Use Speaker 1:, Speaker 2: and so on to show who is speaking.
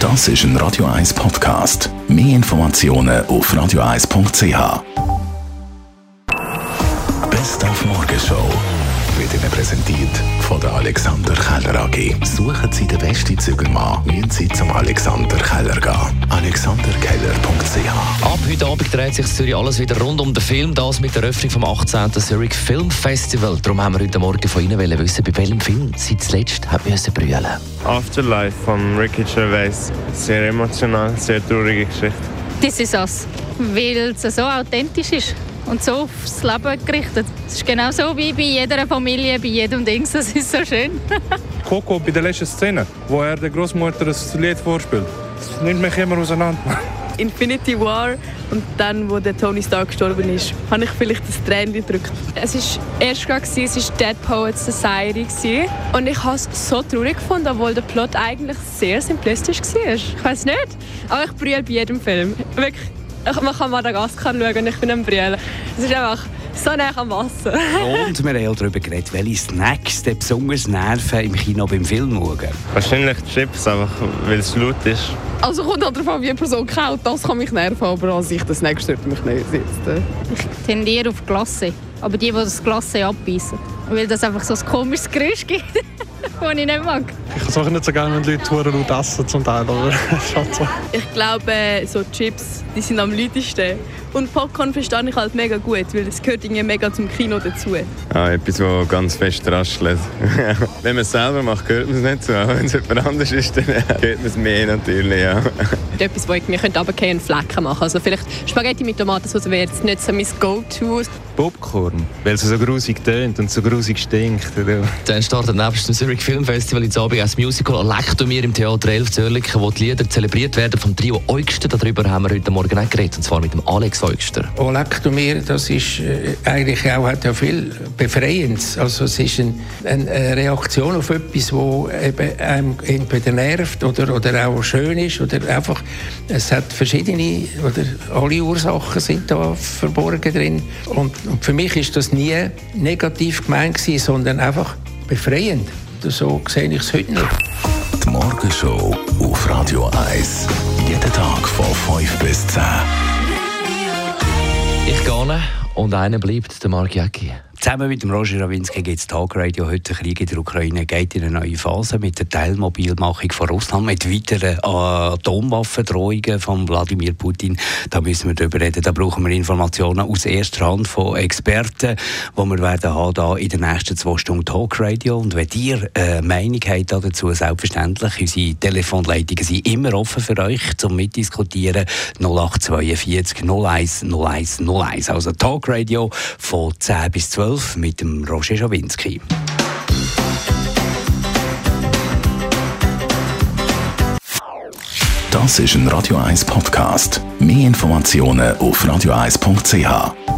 Speaker 1: Das ist ein Radio 1 Podcast. Mehr Informationen auf radio1.ch. Best auf Morgenshow wird Ihnen präsentiert von der Alexander Keller AG. Suchen Sie den besten Zügelmann, müssen Sie zum Alexander Keller gehen. alexanderkeller.ch.
Speaker 2: Ab heute Abend dreht sich in Zürich alles wieder rund um den Film, das mit der Eröffnung vom 18. Zurich Film Festival. Darum haben wir heute Morgen von Ihnen wissen, bei welchem Film Sie zuletzt brüllen mussten.
Speaker 3: Afterlife von Ricky Gervais. Sehr emotional, sehr traurige Geschichte.
Speaker 4: This is Us, weil es so authentisch ist und so aufs Leben gerichtet. Es ist genau so wie bei jeder Familie, bei jedem Ding. Das ist so schön.
Speaker 5: Coco bei der letzten Szene, wo er der Großmutter das Lied vorspielt. Das nimmt mich immer auseinander.
Speaker 6: Infinity War und dann, wo der Tony Stark gestorben ist, habe ich vielleicht das Tränchen gedrückt.
Speaker 7: Es war erst gerade, es war Dead Poets Society. Und ich habe es so traurig gefunden, obwohl der Plot eigentlich sehr simplistisch war. Ich weiß nicht, aber ich brülle bei jedem Film. Wirklich, man kann Madagaskar schauen und ich bin am Brüllen. Es ist einfach so nah am Wasser.
Speaker 8: Und wir haben auch darüber geredet, welche Snacks besonders nerven im Kino beim Film schauen.
Speaker 3: Wahrscheinlich Chips, einfach weil es laut ist.
Speaker 6: Also kommt halt darauf an, wie eine Person kaut. Das kann mich nerven, aber an sich das Snack stört mich nicht.
Speaker 4: Ich tendiere auf Glasse, aber die das Glasse abbeißen. Weil das einfach so ein komisches Geräusch gibt, das ich nicht mag.
Speaker 5: Ich kann es nicht so gerne, wenn die Leute laut essen zum Teil, aber so.
Speaker 6: Ich glaube, so Chips, die sind am lautesten. Und Popcorn verstehe ich halt mega gut, weil das gehört irgendwie mega zum Kino dazu.
Speaker 3: Ja, etwas, das ganz fest raschelt. Wenn man es selber macht, hört man es nicht so. Aber wenn es jemand anders ist, dann hört man es mehr natürlich. Ja.
Speaker 7: Etwas, das ich mir runterfallen und Flecken machen. Also vielleicht Spaghetti mit Tomatensauce wäre jetzt nicht so mein Go-To.
Speaker 9: Popcorn, weil es so grusig tönt und so grusig stinkt.
Speaker 2: Dann startet nebst dem Zurich Film Festival in Abend ein Musical «Leck du mir» im Theater 11 Zürich, wo die Lieder zelebriert werden vom Trio Eugster. Darüber haben wir heute Morgen auch geredet, und zwar mit dem Alex Eugster.
Speaker 10: «Oh, leck du mir», das ist eigentlich auch, hat ja viel Befreiendes. Also es ist eine Reaktion auf etwas, das einem entweder nervt oder auch schön ist. Oder einfach, es hat verschiedene, oder alle Ursachen sind da verborgen drin. Und für mich ist das nie negativ gemeint gewesen, sondern einfach befreiend. So sehe ich es heute noch.
Speaker 1: Die Morgenshow auf Radio 1. Jeden Tag von 5 bis 10.
Speaker 2: Ich gehe und einer bleibt, der Marc Jäcki.
Speaker 8: Zusammen mit dem Roger Rawinski geht das Tagradio heute. Der Krieg in der Ukraine geht in eine neue Phase mit der Teilmobilmachung von Russland, mit weiteren Atomwaffendrohungen von Wladimir Putin. Da müssen wir darüber reden. Da brauchen wir Informationen aus erster Hand von Experten, die wir werden haben da in den nächsten 2 Stunden Talkradio. Und wenn ihr eine Meinung habt dazu, selbstverständlich, unsere Telefonleitungen sind immer offen für euch zum Mitdiskutieren. 0842 01 01 01. Also Talkradio von 10 bis 12 mit dem Roger Schawinski.
Speaker 1: Das ist ein Radio 1 Podcast. Mehr Informationen auf radio1.ch.